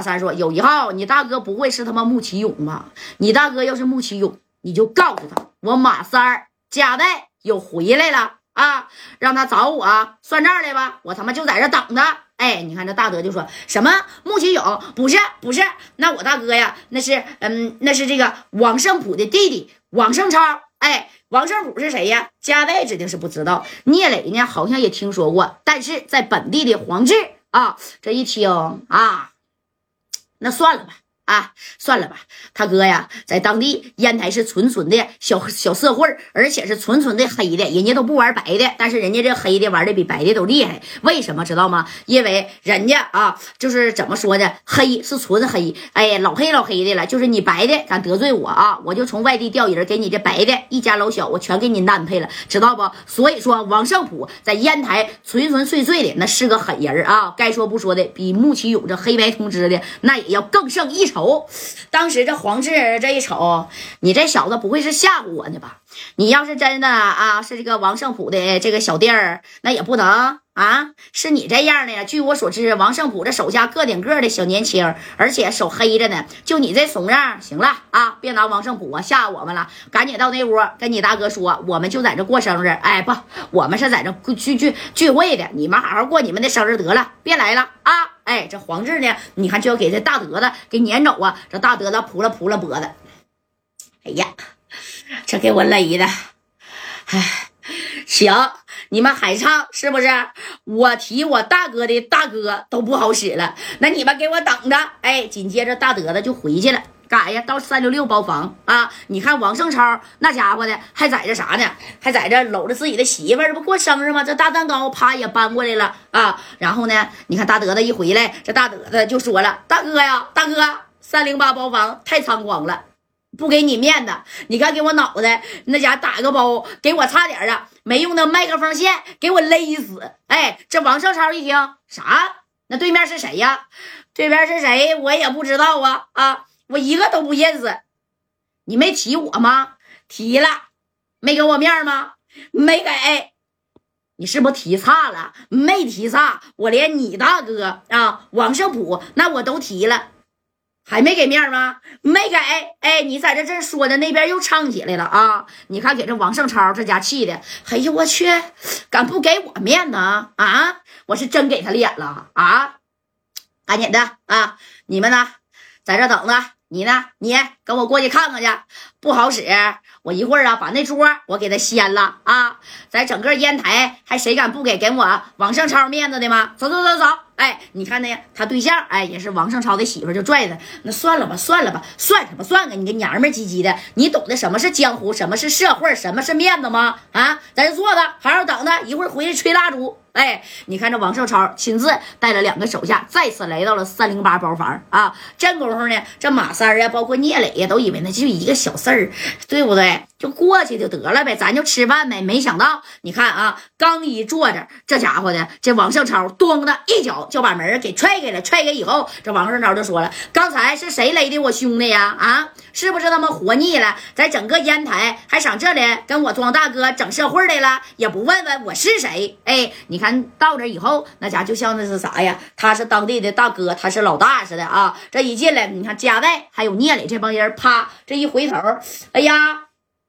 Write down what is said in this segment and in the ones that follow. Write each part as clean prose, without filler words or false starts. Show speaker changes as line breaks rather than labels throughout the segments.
马三说：“有一号，你大哥不会是他妈穆启勇吧？你大哥要是穆启勇，你就告诉他，我马三儿贾代又回来了啊，让他找我算账来吧，我他妈就在这等他。”哎，你看这大德就说什么穆启勇不是，那我大哥呀，那是这个王胜普的弟弟王胜超。哎，王胜普是谁呀？贾代指定是不知道，聂磊呢好像也听说过，但是在本地的黄志啊，这一听啊，那算了吧。算了吧，他哥呀，在当地烟台是纯的小社会，而且是纯的黑的，人家都不玩白的，但是人家这黑的玩的比白的都厉害。为什么知道吗？因为人家啊，就是怎么说呢，黑是纯黑，哎，老黑的了，就是你白的敢得罪我啊，我就从外地调人给你这白的一家老小，我全给你难配了，知道不？所以说王胜普在烟台纯粹的那是个狠人啊，该说不说的，比穆启勇这黑白通吃的那也要更胜一筹。当时这黄志这一瞅，你这小子不会是吓唬我呢吧？你要是真的啊，是这个王胜普的这个小弟儿，那也不能啊，是你这样的呀。据我所知，王胜普这手下个顶个的小年轻，而且手黑着呢。就你这怂样，行了啊，别拿王胜普吓我们了，赶紧到那屋跟你大哥说，我们就在这过生日。哎，不，我们是在这聚会的，你们好好过你们的生日得了，别来了啊。哎，这黄志呢，你看就要给这大德子给撵走啊！这大德子扑了脖子，哎呀，这给我勒的，哎，行，你们海唱是不是？我提我大哥的大哥都不好使了，那你们给我等着。哎，紧接着大德子就回去了。干啥呀？到366包房啊！你看王胜超那家伙的还在这啥呢？还在这搂着自己的媳妇儿，这不过生日吗？这大蛋糕啪也搬过来了啊！然后呢，你看大德子一回来，这大德子就说了：“大哥呀，大哥，308包房太猖狂了，不给你面子，你看给我脑袋那家打个包，给我差点啊没用的麦克风线给我勒死。”哎，这王胜超一听啥？那对面是谁呀？对面是谁？我也不知道啊！我一个都不认识。你没提我吗？提了。没给我面吗？没给。你是不是提差了？没提差，我连你大哥啊王胜普那我都提了，还没给面吗？没给。哎，你在这说的，那边又唱起来了啊！你看给这王胜超这家气的，哎呦我去，敢不给我面呢？啊，我是真给他脸了啊！赶紧的啊，你们呢在这等着，你呢？你跟我过去看看去，不好使。我一会儿啊，把那桌我给他掀了啊！在整个烟台，还谁敢不给我王胜超面子的吗？走！哎，你看那他对象，哎，也是王胜超的媳妇，就拽他。那算了吧，算什么算啊？你个娘们唧唧的，你懂得什么是江湖，什么是社会，什么是面子吗？啊，在这坐着，好好等着，一会儿回去吹蜡烛。哎，你看这王胜超亲自带了2个手下，再次来到了308包房啊！这功夫呢，这马三啊，包括聂磊呀，都以为那就一个小事儿，对不对？就过去就得了呗，咱就吃饭呗。没想到，你看啊，刚一坐着，这家伙的这王胜超咚的一脚就把门给踹开了。踹开以后，这王胜超就说了：“刚才是谁勒的我兄弟呀？啊，是不是他妈活腻了？在整个烟台还上这里跟我装大哥整社会来了，也不问问我是谁？哎，你看到这以后，那家就像那是啥呀？他是当地的大哥，他是老大似的啊！这一进来，你看贾代还有聂磊这帮人，啪，这一回头，哎呀！”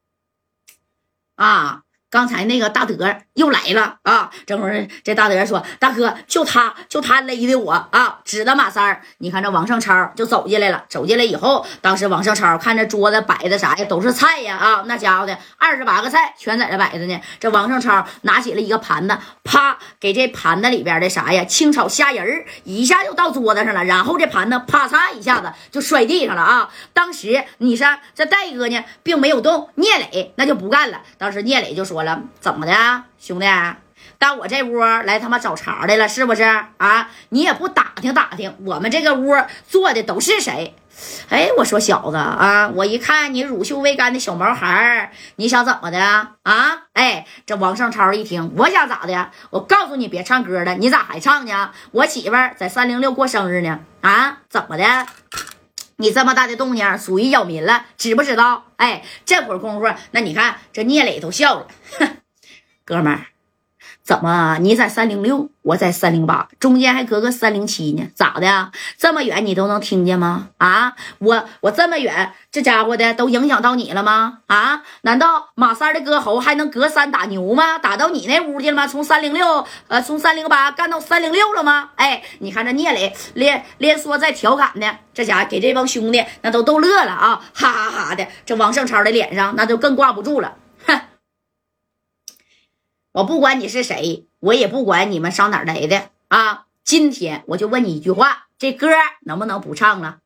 啊，刚才那个大德又来了啊！这会儿这大德说：“大哥，就他勒的我啊！”指的马三儿。你看这王胜超就走进来了。走进来以后，当时王胜超看这桌子摆的啥呀，都是菜呀啊！那家伙的28个菜全在这摆着呢。这王胜超拿起了一个盘子，啪，给这盘子里边的啥呀，清炒虾仁儿一下就到桌子上了。然后这盘子啪嚓一下子就摔地上了啊！当时你说这戴哥呢，并没有动，聂磊那就不干了。当时聂磊就说了：“怎么的，兄弟？到我这屋来他妈找茬来了是不是啊？你也不打听打听我们这个屋坐的都是谁？”哎，我说小子啊，我一看你乳臭未干的小毛孩，你想怎么的啊？哎，这王胜超一听，我想咋的？我告诉你别唱歌了，你咋还唱呢？我媳妇在306过生日呢啊？怎么的？你这么大的动静属于扰民了，知不知道？哎，这会儿功夫，那你看这聂磊都笑了，哼，哥们儿， 怎么你在306，我在308，中间还隔个307呢？咋的呀？这么远你都能听见吗？啊，我这么远，这家伙的都影响到你了吗？啊，难道马三的歌喉还能隔山打牛吗？打到你那屋去了吗？从306从308干到306了吗？哎，你看这聂磊连说在调侃呢，这家伙给这帮兄弟那都乐了啊，哈哈哈的。这王胜超的脸上那就更挂不住了，哼。我不管你是谁，我也不管你们上哪儿来的啊！今天我就问你一句话，这歌能不能不唱了？